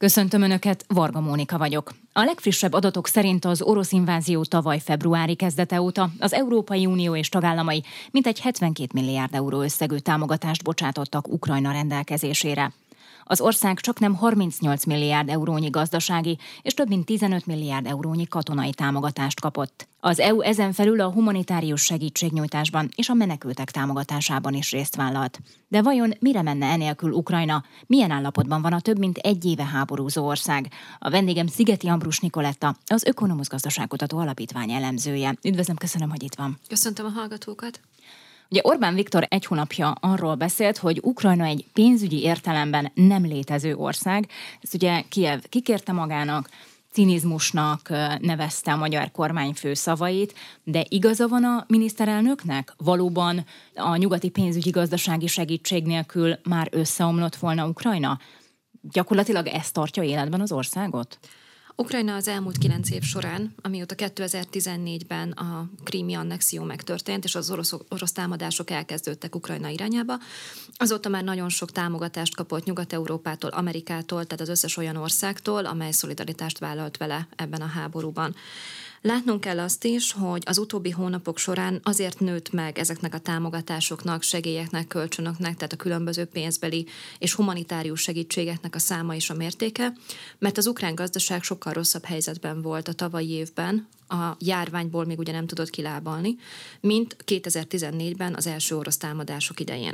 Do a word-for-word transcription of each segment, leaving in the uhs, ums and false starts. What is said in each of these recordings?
Köszöntöm Önöket, Varga Mónika vagyok. A legfrissebb adatok szerint az orosz invázió tavaly februári kezdete óta az Európai Unió és tagállamai mintegy hetvenkét milliárd euró összegű támogatást bocsátottak Ukrajna rendelkezésére. Az ország csaknem harmincnyolc milliárd eurónyi gazdasági és több mint tizenöt milliárd eurónyi katonai támogatást kapott. Az é u ezen felül a humanitárius segítségnyújtásban és a menekültek támogatásában is részt vállalt. De vajon mire menne enélkül Ukrajna? Milyen állapotban van a több mint egy éve háborúzó ország? A vendégem Szigeti Ambrus Nikoletta, az Ökonomusz Gazdaságkutató Alapítvány elemzője. Üdvözlöm, köszönöm, hogy itt van. Köszöntöm a hallgatókat. Ugye Orbán Viktor egy hónapja arról beszélt, hogy Ukrajna egy pénzügyi értelemben nem létező ország. Ezt ugye Kijev kikérte magának, cinizmusnak nevezte a magyar kormányfő szavait, de igaza van a miniszterelnöknek? Valóban a nyugati pénzügyi gazdasági segítség nélkül már összeomlott volna Ukrajna? Gyakorlatilag ez tartja életben az országot? Ukrajna az elmúlt kilenc év során, amióta kétezer-tizennégyben a krími annexió megtörtént, és az orosz, orosz támadások elkezdődtek Ukrajna irányába, azóta már nagyon sok támogatást kapott Nyugat-Európától, Amerikától, tehát az összes olyan országtól, amely szolidaritást vállalt vele ebben a háborúban. Látnunk kell azt is, hogy az utóbbi hónapok során azért nőtt meg ezeknek a támogatásoknak, segélyeknek, kölcsönöknek, tehát a különböző pénzbeli és humanitárius segítségeknek a száma és a mértéke, mert az ukrán gazdaság sokkal rosszabb helyzetben volt a tavalyi évben, a járványból még ugye nem tudott kilábalni, mint kétezer-tizennégyben az első orosz támadások idején.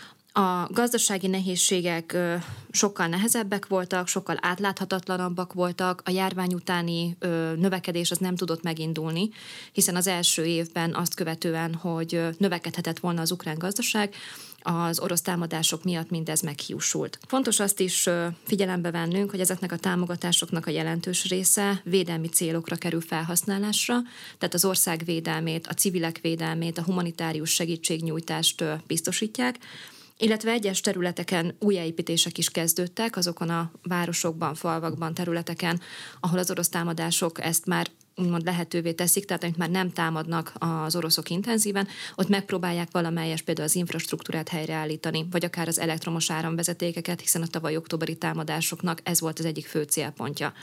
A gazdasági nehézségek sokkal nehezebbek voltak, sokkal átláthatatlanabbak voltak, a járvány utáni növekedés az nem tudott megindulni, hiszen az első évben azt követően, hogy növekedhetett volna az ukrán gazdaság, az orosz támadások miatt mindez meghiúsult. Fontos azt is figyelembe vennünk, hogy ezeknek a támogatásoknak a jelentős része védelmi célokra kerül felhasználásra, tehát az ország védelmét, a civilek védelmét, a humanitárius segítségnyújtást biztosítják, illetve egyes területeken újjáépítések is kezdődtek, azokon a városokban, falvakban, területeken, ahol az orosz támadások ezt már úgymond lehetővé teszik, tehát amit már nem támadnak az oroszok intenzíven, ott megpróbálják valamelyes például az infrastruktúrát helyreállítani, vagy akár az elektromos áramvezetékeket, hiszen a tavaly októberi támadásoknak ez volt az egyik fő célpontja.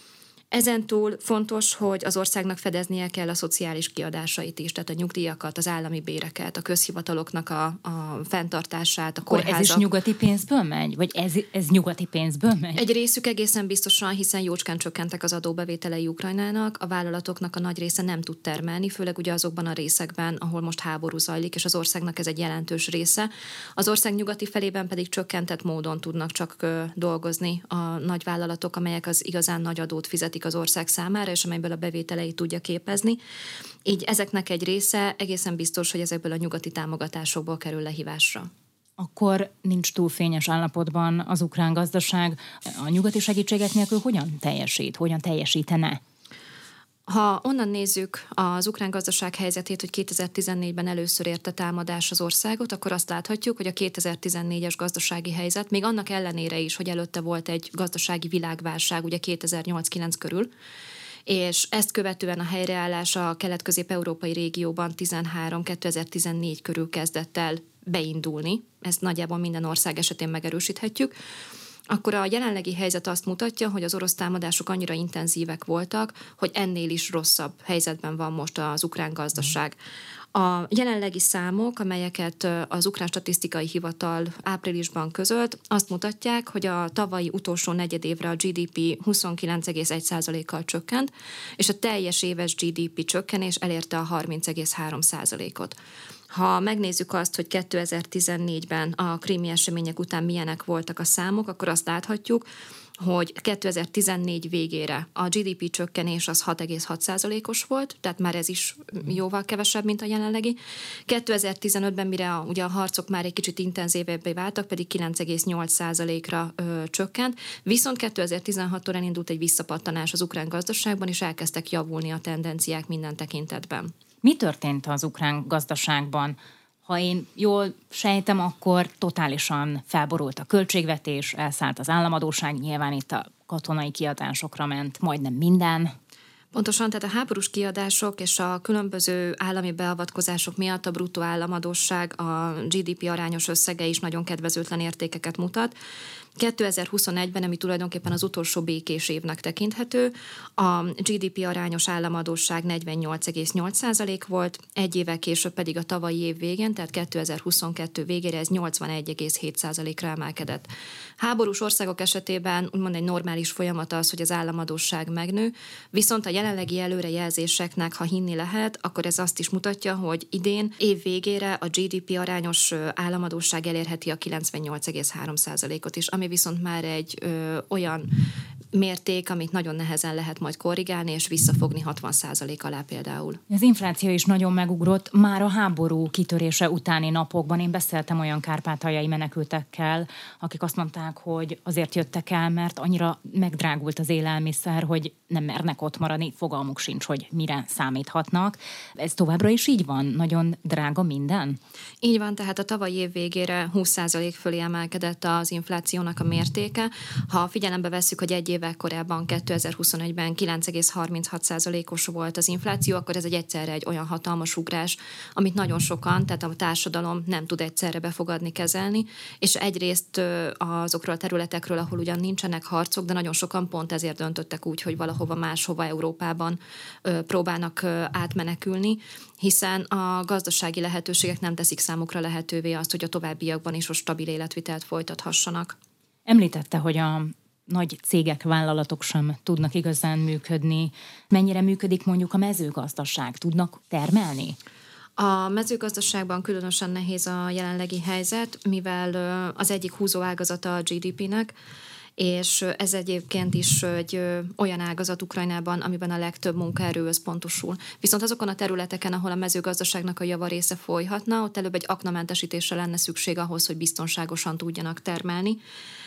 Ezentúl fontos, hogy az országnak fedeznie kell a szociális kiadásait is, tehát a nyugdíjakat, az állami béreket, a közhivataloknak a, a fenntartását, a kórházak. Akkor ez is nyugati pénzből megy? Vagy ez, ez nyugati pénzből megy? Egy részük egészen biztosan, hiszen jócskán csökkentek az adóbevételei Ukrajnának, a vállalatoknak a nagy része nem tud termelni, főleg ugye azokban a részekben, ahol most háború zajlik, és az országnak ez egy jelentős része. Az ország nyugati felében pedig csökkentett módon tudnak csak dolgozni a nagyvállalatok, amelyek az igazán nagy adót fizetik az ország számára, és amelyből a bevételeit tudja képezni. Így ezeknek egy része egészen biztos, hogy ezekből a nyugati támogatásokból kerül lehívásra. Akkor nincs túl fényes állapotban az ukrán gazdaság. A nyugati segítségek nélkül hogyan teljesít? Hogyan teljesítene? Ha onnan nézzük az ukrán gazdaság helyzetét, hogy kétezer-tizennégyben először érte támadás az országot, akkor azt láthatjuk, hogy a kétezer-tizennégyes gazdasági helyzet, még annak ellenére is, hogy előtte volt egy gazdasági világválság, ugye kétezer-nyolc-kilenc körül, és ezt követően a helyreállás a kelet-közép-európai régióban tizenhárom kétezer-tizennégy körül kezdett el beindulni. Ezt nagyjából minden ország esetén megerősíthetjük. Akkor a jelenlegi helyzet azt mutatja, hogy az orosz támadások annyira intenzívek voltak, hogy ennél is rosszabb helyzetben van most az ukrán gazdaság. A jelenlegi számok, amelyeket az Ukrán Statisztikai Hivatal áprilisban közölt, azt mutatják, hogy a tavalyi utolsó negyedévre a gé dé pé huszonkilenc egész egy százalékkal csökkent, és a teljes éves gé dé pé csökkenés elérte a harminc egész három százalékot. Ha megnézzük azt, hogy kétezer-tizennégyben a krími események után milyenek voltak a számok, akkor azt láthatjuk, hogy kétezer-tizennégy végére a gé dé pé csökkenés az hat egész hat százalékos volt, tehát már ez is jóval kevesebb, mint a jelenlegi. kétezer-tizenötben, mire a, ugye a harcok már egy kicsit intenzívebbé váltak, pedig kilenc egész nyolc százalékra ö, csökkent, viszont kétezer-tizenhattól elindult egy visszapattanás az ukrán gazdaságban, és elkezdtek javulni a tendenciák minden tekintetben. Mi történt az ukrán gazdaságban? Ha én jól sejtem, akkor totálisan felborult a költségvetés, elszállt az államadósság, nyilván itt a katonai kiadásokra ment majdnem minden. Pontosan, tehát a háborús kiadások és a különböző állami beavatkozások miatt a bruttó államadósság, a gé dé pé arányos összege is nagyon kedvezőtlen értékeket mutat. kétezer-huszonegyben, ami tulajdonképpen az utolsó békés évnek tekinthető, a gé dé pé arányos államadósság negyvennyolc egész nyolc százalék volt, egy évvel később pedig a tavalyi év végén, tehát kétezer-huszonkettő végére ez nyolcvanegy egész hét százalékra emelkedett. Háborús országok esetében úgymond egy normális folyamat az, hogy az államadósság megnő, viszont a jelenlegi előrejelzéseknek, ha hinni lehet, akkor ez azt is mutatja, hogy idén év végére a gé dé pé arányos államadósság elérheti a kilencvennyolc egész három százalékot is, ami viszont már egy ö, olyan mérték, amit nagyon nehezen lehet majd korrigálni, és visszafogni hatvan százalék alá például. Az infláció is nagyon megugrott már a háború kitörése utáni napokban. Én beszéltem olyan kárpátaljai menekültekkel, akik azt mondták, hogy azért jöttek el, mert annyira megdrágult az élelmiszer, hogy nem mernek ott maradni, fogalmuk sincs, hogy mire számíthatnak. Ez továbbra is így van? Nagyon drága minden? Így van, tehát a tavalyi év végére húsz százalék fölé emelkedett az inflációnak a mértéke. Ha figyelembe vesszük, hogy egy évvel korábban, kétezer-huszonegyben kilenc egész harminchat százalékos volt az infláció, akkor ez egy egyszerre egy olyan hatalmas ugrás, amit nagyon sokan, tehát a társadalom nem tud egyszerre befogadni, kezelni, és egyrészt azokról a területekről, ahol ugyan nincsenek harcok, de nagyon sokan pont ezért döntöttek úgy, hogy valahova máshova Európában próbálnak átmenekülni, hiszen a gazdasági lehetőségek nem teszik számukra lehetővé azt, hogy a továbbiakban is a stabil életvitelt folytathassanak. Említette, hogy a nagy cégek, vállalatok sem tudnak igazán működni. Mennyire működik mondjuk a mezőgazdaság? Tudnak termelni? A mezőgazdaságban különösen nehéz a jelenlegi helyzet, mivel az egyik húzó ágazata a gé dé pének, és ez egyébként is egy olyan ágazat Ukrajnában, amiben a legtöbb munkaerő összpontosul. Viszont azokon a területeken, ahol a mezőgazdaságnak a javarésze folyhatna, ott előbb egy aknamentesítésre lenne szükség ahhoz, hogy biztonságosan tudjanak termelni,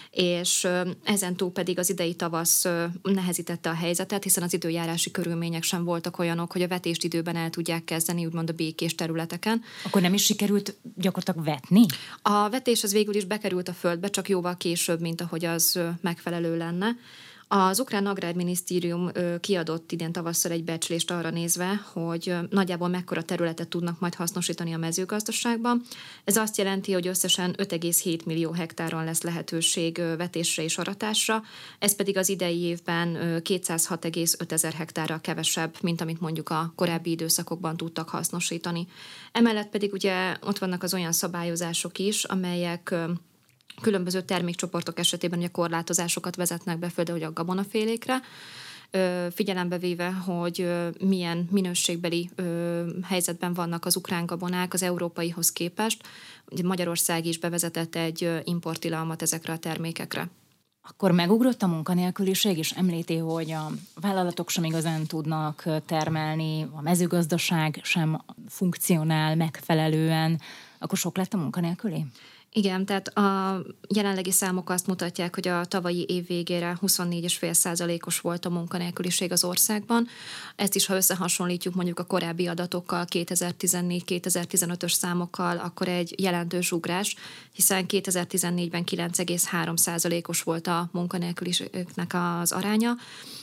és ezen túl pedig az idei tavasz nehezítette a helyzetet, hiszen az időjárási körülmények sem voltak olyanok, hogy a vetést időben el tudják kezdeni, úgymond a békés területeken. Akkor nem is sikerült gyakorlatilag vetni? A vetés az végül is bekerült a földbe, csak jóval később, mint ahogy az megfelelő lenne. Az ukrán agrárminisztérium kiadott idén tavasszal egy becslést arra nézve, hogy nagyjából mekkora területet tudnak majd hasznosítani a mezőgazdaságban. Ez azt jelenti, hogy összesen öt egész hét millió hektáron lesz lehetőség vetésre és aratásra, ez pedig az idei évben kétszázhat egész öt ezer hektárral kevesebb, mint amit mondjuk a korábbi időszakokban tudtak hasznosítani. Emellett pedig ugye ott vannak az olyan szabályozások is, amelyek különböző termékcsoportok esetében ugye korlátozásokat vezetnek be, például a gabonafélékre, figyelembe véve, hogy milyen minőségbeli helyzetben vannak az ukrán gabonák az európaihoz képest. Ugye Magyarország is bevezetett egy importtilalmat ezekre a termékekre. Akkor megugrott a munkanélküliség, és említi, hogy a vállalatok sem igazán tudnak termelni, a mezőgazdaság sem funkcionál megfelelően. Akkor sok lett a munkanélküli? Igen, tehát a jelenlegi számok azt mutatják, hogy a tavalyi év végére huszonnégy egész öt százalékos volt a munkanélküliség az országban. Ezt is, ha összehasonlítjuk mondjuk a korábbi adatokkal, kétezer-tizennégy kétezer-tizenötös számokkal, akkor egy jelentős ugrás, hiszen kétezer-tizennégyben kilenc egész három százalékos volt a munkanélküliségnek az aránya,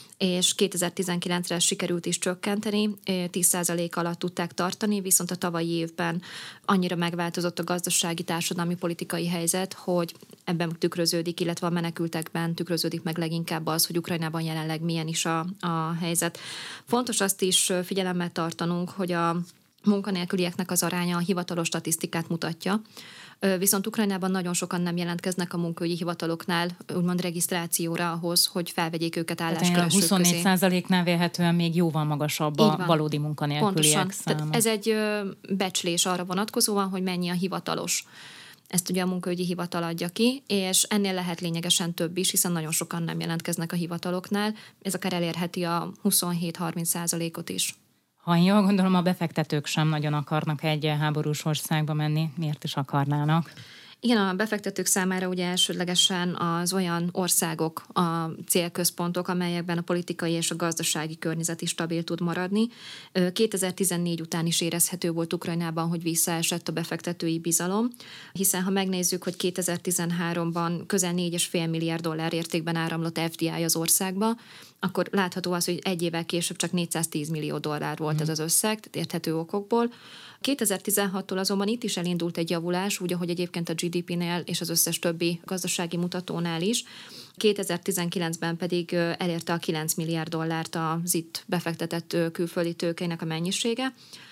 és kétezer-tizenkilencre sikerült is csökkenteni, tíz százalék alatt tudták tartani, viszont a tavalyi évben annyira megváltozott a gazdasági, társadalmi, politikai helyzet, hogy ebben tükröződik, illetve a menekültekben tükröződik meg leginkább az, hogy Ukrajnában jelenleg milyen is a, a helyzet. Fontos azt is figyelemmel tartanunk, hogy a munkanélkülieknek az aránya a hivatalos statisztikát mutatja, viszont Ukrajnában nagyon sokan nem jelentkeznek a munkaügyi hivataloknál, úgymond regisztrációra ahhoz, hogy felvegyék őket álláskeresők közé. huszonnégy százaléknál vélhetően még jóval magasabb a valódi munkanélküliek száma. Ez egy becslés arra vonatkozóan, hogy mennyi a hivatalos. Ezt ugye a munkaügyi hivatal adja ki, és ennél lehet lényegesen több is, hiszen nagyon sokan nem jelentkeznek a hivataloknál. Ez akár elérheti a huszonhét-harminc százalékot is. Ha jól gondolom, a befektetők sem nagyon akarnak egy háborús országba menni. Miért is akarnának? Igen, a befektetők számára ugye elsődlegesen az olyan országok a célközpontok, amelyekben a politikai és a gazdasági környezet is stabil tud maradni. kétezer-tizennégy után is érezhető volt Ukrajnában, hogy visszaesett a befektetői bizalom, hiszen ha megnézzük, hogy kétezer-tizenháromban közel négy egész öt milliárd dollár értékben áramlott ef dé i az országba, akkor látható az, hogy egy évvel később csak négyszáztíz millió dollár volt mm. ez az összeg, tehát érthető okokból. kétezer-tizenhattól azonban itt is elindult egy javulás, úgy, ahogy egyébként a gé gé dé pénél és az összes többi gazdasági mutatónál is. kétezer-tizenkilencben pedig elérte a kilenc milliárd dollárt az itt befektetett külföldi tőkének a mennyisége.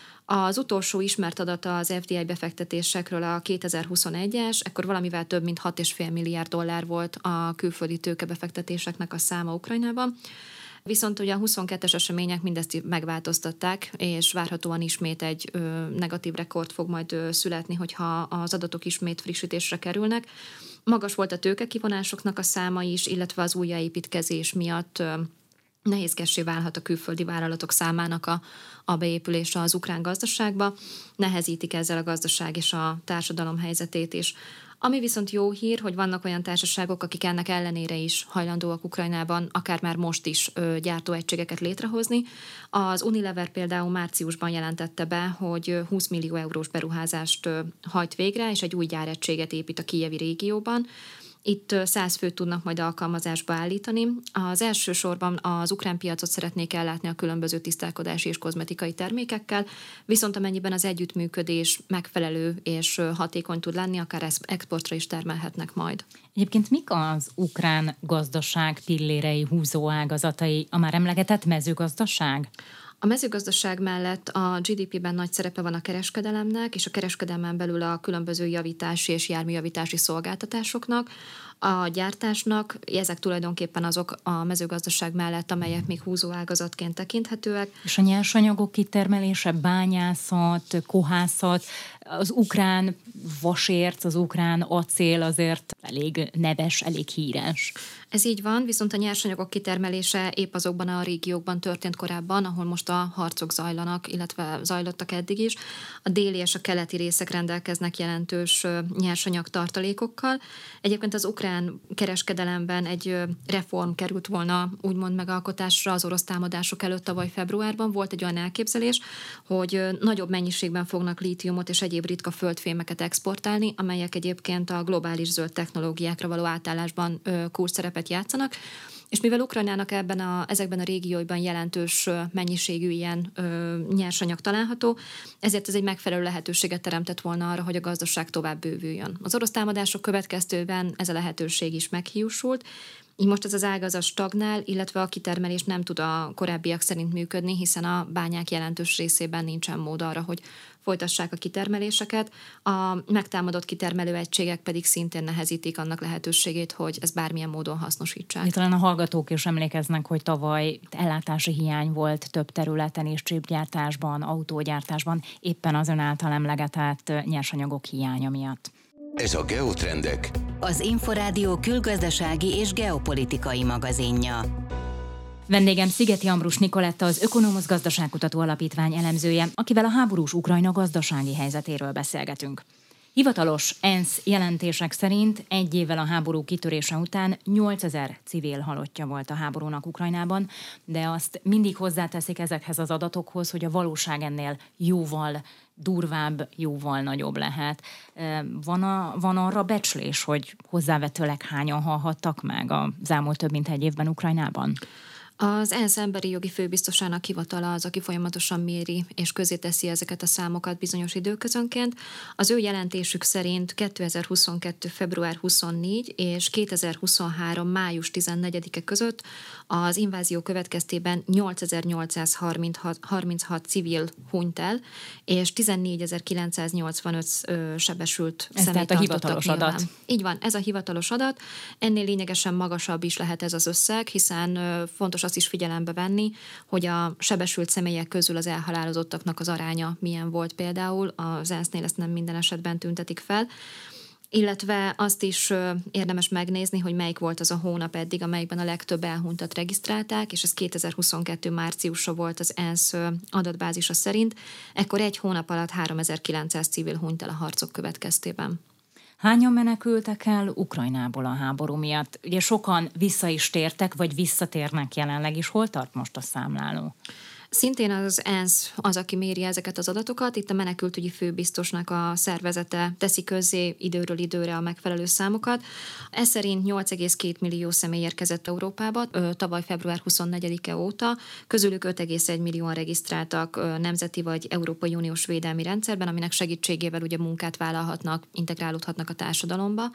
Az utolsó ismert adata az ef dé i befektetésekről a kétezer-huszonegyes, ekkor valamivel több mint hat egész öt milliárd dollár volt a külföldi tőkebefektetéseknek a száma Ukrajnában. Viszont ugye a huszonkettes események mindezt megváltoztatták, és várhatóan ismét egy ö, negatív rekord fog majd ö, születni, hogyha az adatok ismét frissítésre kerülnek. Magas volt a tőkekivonásoknak a száma is, illetve az újjáépítkezés miatt ö, nehézkessé válhat a külföldi vállalatok számának a, a beépülése az ukrán gazdaságba, nehezítik ezzel a gazdaság és a társadalom helyzetét is. Ami viszont jó hír, hogy vannak olyan társaságok, akik ennek ellenére is hajlandóak Ukrajnában, akár már most is ö, gyártóegységeket létrehozni. Az Unilever például márciusban jelentette be, hogy húsz millió eurós beruházást ö, hajt végre, és egy új gyáregységet épít a kijevi régióban. Itt száz főt tudnak majd alkalmazásba állítani. Az első sorban az ukrán piacot szeretnék ellátni a különböző tisztálkodási és kozmetikai termékekkel, viszont amennyiben az együttműködés megfelelő és hatékony tud lenni, akár exportra is termelhetnek majd. Egyébként mik az ukrán gazdaság pillérei, húzóágazatai, a már emlegetett mezőgazdaság? A mezőgazdaság mellett a gé dé pében nagy szerepe van a kereskedelemnek, és a kereskedelmen belül a különböző javítási és járműjavítási szolgáltatásoknak, a gyártásnak. Ezek tulajdonképpen azok a mezőgazdaság mellett, amelyek még húzóágazatként tekinthetőek. És a nyersanyagok kitermelése, bányászat, kohászat, az ukrán vasérc, az ukrán acél azért elég neves, elég híres. Ez így van, viszont a nyersanyagok kitermelése épp azokban a régiókban történt korábban, ahol most a harcok zajlanak, illetve zajlottak eddig is. A déli és a keleti részek rendelkeznek jelentős nyersanyag tartalékokkal. Egyébként az ukrán kereskedelemben egy reform került volna úgymond megalkotásra az orosz támadások előtt tavaly februárban. Volt egy olyan elképzelés, hogy nagyobb mennyiségben fognak lítiumot és egyéb ritka földfémeket exportálni, amelyek egyébként a globális zöld technológiákra való átállásban kulcsszerepet játszanak, és mivel Ukrajnának ebben a, ezekben a régióiban jelentős mennyiségű ilyen ö, nyersanyag található, ezért ez egy megfelelő lehetőséget teremtett volna arra, hogy a gazdaság tovább bővüljön. Az orosz támadások következtében ez a lehetőség is meghiúsult, így most ez az ágazat stagnál, illetve a kitermelés nem tud a korábbiak szerint működni, hiszen a bányák jelentős részében nincsen mód arra, hogy folytassák a kitermeléseket. A megtámadott kitermelő egységek pedig szintén nehezítik annak lehetőségét, hogy ez bármilyen módon hasznosítsák. Talán a hallgatók is emlékeznek, hogy tavaly ellátási hiány volt több területen és csípgyártásban, autógyártásban, éppen az ön által emlegetett nyersanyagok hiánya miatt. Ez a Geotrendek, az Inforádió külgazdasági és geopolitikai magazinja. Vendégem Szigeti Ambrus Nikoletta, az Ökonomusz Gazdaságkutató Alapítvány elemzője, akivel a háborús Ukrajna gazdasági helyzetéről beszélgetünk. Hivatalos ENSZ jelentések szerint egy évvel a háború kitörése után nyolcezer civil halottja volt a háborúnak Ukrajnában, de azt mindig hozzáteszik ezekhez az adatokhoz, hogy a valóság ennél jóval durvább, jóval nagyobb lehet. Van, a, van arra becslés, hogy hozzávetőleg hányan halhattak meg az elmúlt több mint egy évben Ukrajnában? Az ENSZ emberi jogi főbiztosának hivatala az, aki folyamatosan méri és közzéteszi ezeket a számokat bizonyos időközönként. Az ő jelentésük szerint kétezer-huszonkettő. február huszonnégy és kétezer-huszonhárom. május tizennegyedike között az invázió következtében nyolcezer-nyolcszázharminchat civil hunyt el, és tizennégyezer-kilencszáznyolcvanöt sebesült ez személyt tehát a hivatalos nyilván. adat. Így van, ez a hivatalos adat. Ennél lényegesen magasabb is lehet ez az összeg, hiszen fontos azt is figyelembe venni, hogy a sebesült személyek közül az elhalálozottaknak az aránya milyen volt például, az ENSZ-nél ezt nem minden esetben tüntetik fel, illetve azt is érdemes megnézni, hogy melyik volt az a hónap eddig, amelyikben a legtöbb elhuntat regisztrálták, és ez kétezer-huszonkettő. márciusa volt az ENSZ adatbázisa szerint, ekkor egy hónap alatt háromezer-kilencszáz civil hunyt el a harcok következtében. Hányan menekültek el Ukrajnából a háború miatt? Ugye sokan vissza is tértek, vagy visszatérnek jelenleg is. Hol tart most a számláló? Szintén az ENSZ az, aki méri ezeket az adatokat. Itt a menekültügyi főbiztosnak a szervezete teszi közzé időről időre a megfelelő számokat. Ez szerint nyolc egész két millió személy érkezett Európába tavaly február huszonnegyedike óta, közülük öt egész egy millióan regisztráltak nemzeti vagy Európai Uniós védelmi rendszerben, aminek segítségével ugye munkát vállalhatnak, integrálódhatnak a társadalomba.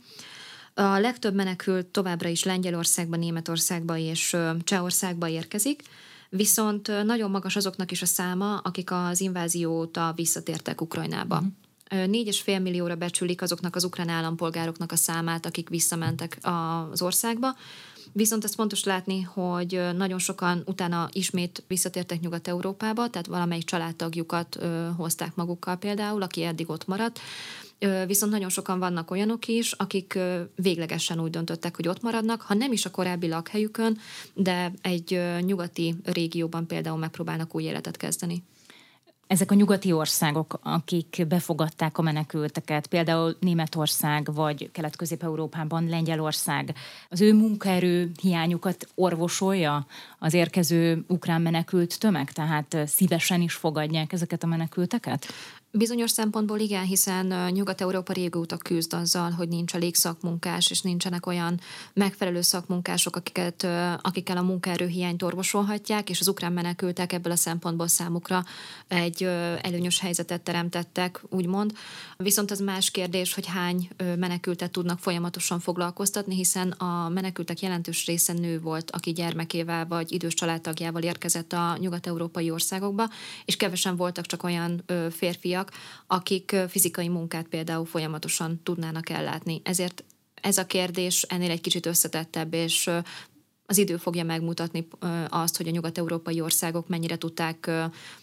A legtöbb menekült továbbra is Lengyelországba, Németországba és Csehországba érkezik, viszont nagyon magas azoknak is a száma, akik az invázió óta visszatértek Ukrajnába. Mm. négy és fél millióra becsülik azoknak az ukrán állampolgároknak a számát, akik visszamentek az országba. Viszont ezt fontos látni, hogy nagyon sokan utána ismét visszatértek Nyugat-Európába, tehát valamelyik családtagjukat hozták magukkal például, aki eddig ott maradt. Viszont nagyon sokan vannak olyanok is, akik véglegesen úgy döntöttek, hogy ott maradnak, ha nem is a korábbi lakhelyükön, de egy nyugati régióban például megpróbálnak új életet kezdeni. Ezek a nyugati országok, akik befogadták a menekülteket, például Németország vagy Kelet-Közép-Európában Lengyelország, az ő munkaerő hiányukat orvosolja az érkező ukrán menekült tömeg, tehát szívesen is fogadják ezeket a menekülteket? Bizonyos szempontból igen, hiszen Nyugat-Európa régóta küzd azzal, hogy nincs elég szakmunkás, és nincsenek olyan megfelelő szakmunkások, akiket, akikkel a munkaerőhiányt orvosolhatják, és az ukrán menekültek ebből a szempontból számukra egy előnyös helyzetet teremtettek, úgymond. Viszont az más kérdés, hogy hány menekültet tudnak folyamatosan foglalkoztatni, hiszen a menekültek jelentős része nő volt, aki gyermekével vagy idős családtagjával érkezett a nyugat-európai országokba, és kevesen voltak csak olyan férfiak, akik fizikai munkát például folyamatosan tudnának ellátni. Ezért ez a kérdés ennél egy kicsit összetettebb, és az idő fogja megmutatni azt, hogy a nyugat-európai országok mennyire tudták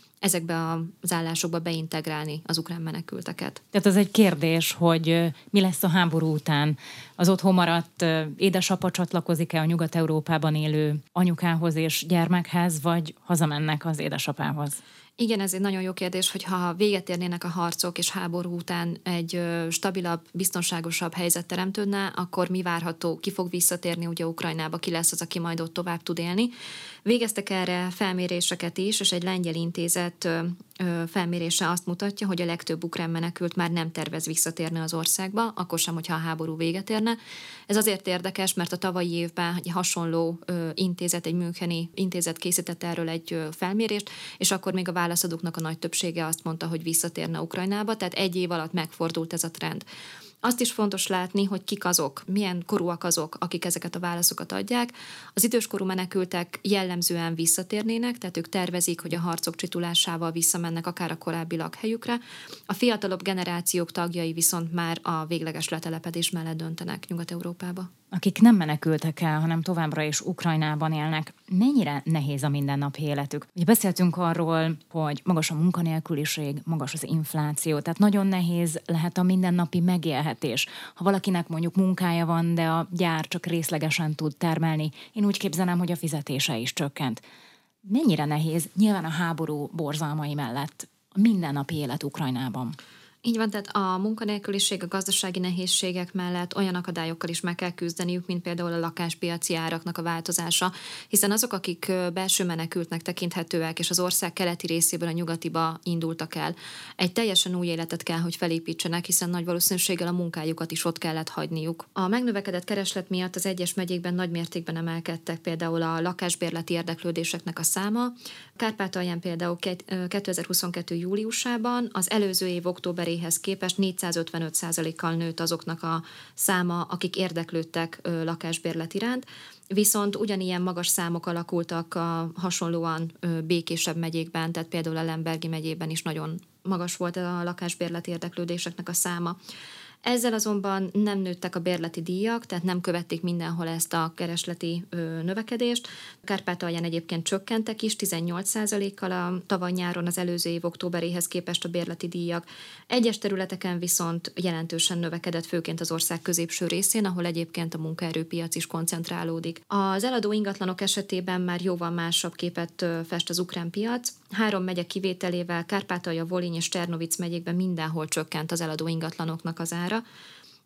ezekbe az állásokba beintegrálni az ukrán menekülteket. Tehát az egy kérdés, hogy mi lesz a háború után. Az otthon maradt édesapa csatlakozik-e a Nyugat-Európában élő anyukához és gyermekhez, vagy hazamennek az édesapához? Igen, ez egy nagyon jó kérdés, hogy ha véget érnének a harcok és háború után egy stabilabb, biztonságosabb helyzet teremtődne, akkor mi várható, ki fog visszatérni ugye Ukrajnába, ki lesz az, aki majd ott tovább tud élni. Végeztek erre felméréseket is, és egy lengyel intézet felmérése azt mutatja, hogy a legtöbb ukrán menekült már nem tervez visszatérni az országba, akkor sem, hogyha a háború véget érne. Ez azért érdekes, mert a tavalyi évben egy hasonló intézet, egy müncheni intézet készített erről egy felmérést, és akkor még a válaszadóknak a nagy többsége azt mondta, hogy visszatérne Ukrajnába, tehát egy év alatt megfordult ez a trend. Azt is fontos látni, hogy kik azok, milyen korúak azok, akik ezeket a válaszokat adják. Az időskorú menekültek jellemzően visszatérnének, tehát ők tervezik, hogy a harcok csitulásával visszamennek akár a korábbi lakhelyükre. A fiatalabb generációk tagjai viszont már a végleges letelepedés mellett döntenek Nyugat-Európába. Akik nem menekültek el, hanem továbbra is Ukrajnában élnek, mennyire nehéz a mindennapi életük? Ugye beszéltünk arról, hogy magas a munkanélküliség, magas az infláció, tehát nagyon nehéz lehet a mindennapi megélhetés. Ha valakinek mondjuk munkája van, de a gyár csak részlegesen tud termelni, én úgy képzelem, hogy a fizetése is csökkent. Mennyire nehéz, nyilván a háború borzalmai mellett, a mindennapi élet Ukrajnában? Így van, tehát a munkanélküliség, a gazdasági nehézségek mellett olyan akadályokkal is meg kell küzdeniük, mint például a lakáspiaci áraknak a változása, hiszen azok, akik belső menekültnek tekinthetőek, és az ország keleti részéből a nyugatiba indultak el, egy teljesen új életet kell, hogy felépítsenek, hiszen nagy valószínűséggel a munkájukat is ott kellett hagyniuk. A megnövekedett kereslet miatt az egyes megyékben nagy mértékben emelkedtek például a lakásbérleti érdeklődéseknek a száma. Kárpátalján például kétezer-huszonkettő júliusában az előző év októberéhez képest négyszázötvenöt százalékkal nőtt azoknak a száma, akik érdeklődtek lakásbérlet iránt, viszont ugyanilyen magas számok alakultak a hasonlóan békésebb megyékben, tehát például a Lembergi megyében is nagyon magas volt a lakásbérlet érdeklődéseknek a száma. Ezzel azonban nem nőttek a bérleti díjak, tehát nem követték mindenhol ezt a keresleti ö, növekedést. Kárpátalján egyébként csökkentek is, tizennyolc százalékkal a tavaly nyáron az előző év októberéhez képest a bérleti díjak. Egyes területeken viszont jelentősen növekedett, főként az ország középső részén, ahol egyébként a munkaerőpiac is koncentrálódik. Az eladó ingatlanok esetében már jóval másabb képet fest az ukrán piac. Három megye kivételével Kárpátalja, Volyn és Csernovic megyékben mindenhol csökkent az eladó ingatlanoknak az ára.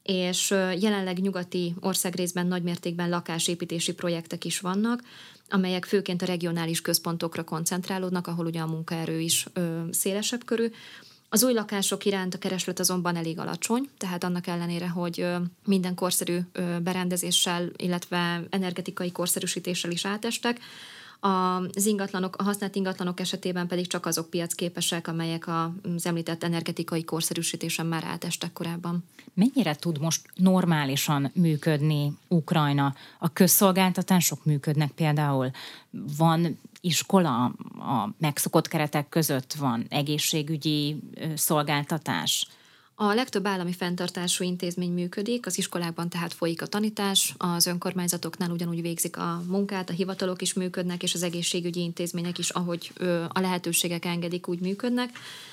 és jelenleg nyugati országrészben nagymértékben lakásépítési projektek is vannak, amelyek főként a regionális központokra koncentrálódnak, ahol ugye a munkaerő is ö, szélesebb körű. Az új lakások iránt a kereslet azonban elég alacsony, tehát annak ellenére, hogy ö, minden korszerű ö, berendezéssel, illetve energetikai korszerűsítéssel is átestek, az ingatlanok, a használt ingatlanok esetében pedig csak azok piacképesek, amelyek az említett energetikai korszerűsítésen már átestek korábban. Mennyire tud most normálisan működni Ukrajna? A közszolgáltatások működnek például? Van iskola a megszokott keretek között? Van egészségügyi szolgáltatás? A legtöbb állami fenntartású intézmény működik, az iskolákban tehát folyik a tanítás, az önkormányzatoknál ugyanúgy végzik a munkát, a hivatalok is működnek, és az egészségügyi intézmények is, ahogy a lehetőségek engedik, úgy működnek.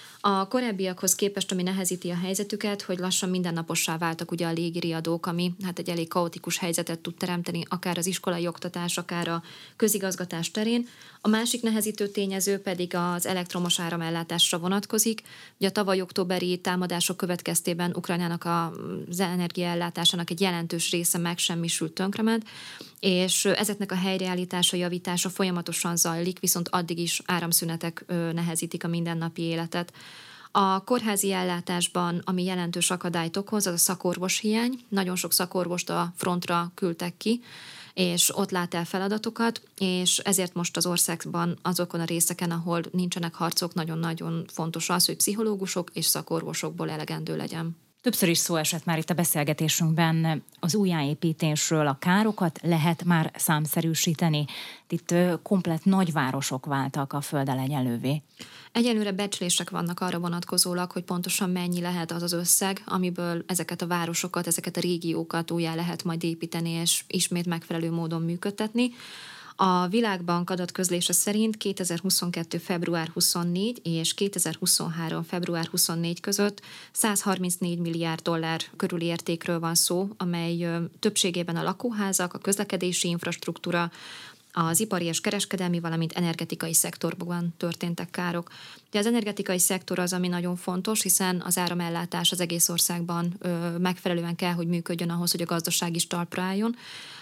A korábbiakhoz képest, ami nehezíti a helyzetüket, hogy lassan mindennapossá váltak ugye a légiriadók, ami hát egy elég kaotikus helyzetet tud teremteni, akár az iskolai oktatás, akár a közigazgatás terén. A másik nehezítő tényező pedig az elektromos áramellátásra vonatkozik. Ugye a tavaly októberi támadások következtében Ukrajnának az energiaellátásának egy jelentős része megsemmisült, tönkrement, és ezeknek a helyreállítása, javítása folyamatosan zajlik, viszont addig is áramszünetek nehezítik a mindennapi életet. A kórházi ellátásban, ami jelentős akadályt okoz, az a szakorvos hiány. Nagyon sok szakorvost a frontra küldtek ki, és ott lát el feladatokat, és ezért most az országban azokon a részeken, ahol nincsenek harcok, nagyon-nagyon fontos az, hogy pszichológusok és szakorvosokból elegendő legyen. Többször is szó esett már itt a beszélgetésünkben az újjáépítésről, a károkat lehet már számszerűsíteni. Itt komplett nagyvárosok váltak a földdel egyenlővé. Egyelőre becslések vannak arra vonatkozólag, hogy pontosan mennyi lehet az az összeg, amiből ezeket a városokat, ezeket a régiókat újjá lehet majd építeni, és ismét megfelelő módon működtetni. A Világbank adatközlése szerint kétezer-huszonkettő. február huszonnégy és kétezer-huszonhárom. február huszonnégy között száz harmincnégy milliárd dollár körüli értékről van szó, amely többségében a lakóházak, a közlekedési infrastruktúra, az ipari és kereskedelmi, valamint energetikai szektorban történtek károk. De az energetikai szektor az, ami nagyon fontos, hiszen az áramellátás az egész országban ö, megfelelően kell, hogy működjön ahhoz, hogy a gazdaság is talpra álljon.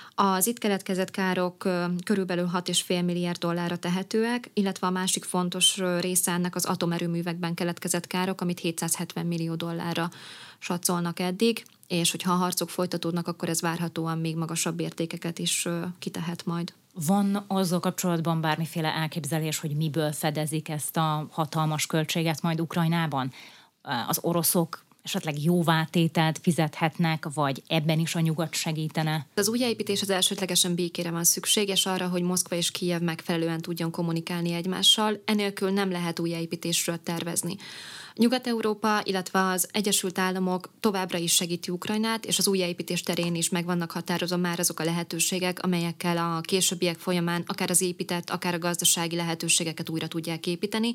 Az itt keletkezett károk ö, körülbelül hat egész öt milliárd dollárra tehetőek, illetve a másik fontos ö, része ennek az atomerőművekben keletkezett károk, amit hétszázhetven millió dollárra satszolnak eddig, és hogyha a harcok folytatódnak, akkor ez várhatóan még magasabb értékeket is ö, kitehet majd. Van azzal kapcsolatban bármiféle elképzelés, hogy miből fedezik ezt a hatalmas költséget majd Ukrajnában? Az oroszok esetleg jóvátételt fizethetnek, vagy ebben is a nyugat segítene? Az újjáépítés az elsődlegesen békére van szükséges arra, hogy Moszkva és Kijev megfelelően tudjon kommunikálni egymással. Enélkül nem lehet újjáépítésről tervezni. Nyugat-Európa, illetve az Egyesült Államok továbbra is segíti Ukrajnát, és az újjáépítés terén is meg vannak határozva már azok a lehetőségek, amelyekkel a későbbiek folyamán akár az épített, akár a gazdasági lehetőségeket újra tudják építeni.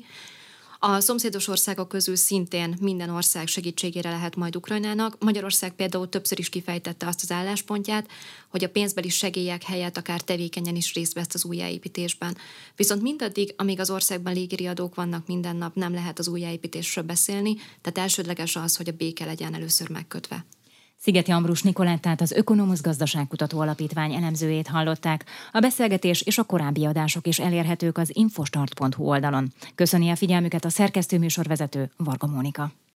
A szomszédos országok közül szintén minden ország segítségére lehet majd Ukrajnának. Magyarország például többször is kifejtette azt az álláspontját, hogy a pénzbeli segélyek helyett akár tevékenyen is részt vesz az újjáépítésben. Viszont mindaddig, amíg az országban légiriadók vannak minden nap, nem lehet az újjáépítésről beszélni, tehát elsődleges az, hogy a béke legyen először megkötve. Szigeti Ambrus Nikolettát, az Ökonomusz Gazdaságkutató Alapítvány elemzőjét hallották. A beszélgetés és a korábbi adások is elérhetők az infostart pont hu oldalon. Köszöni a figyelmüket a szerkesztő műsorvezető Varga Mónika.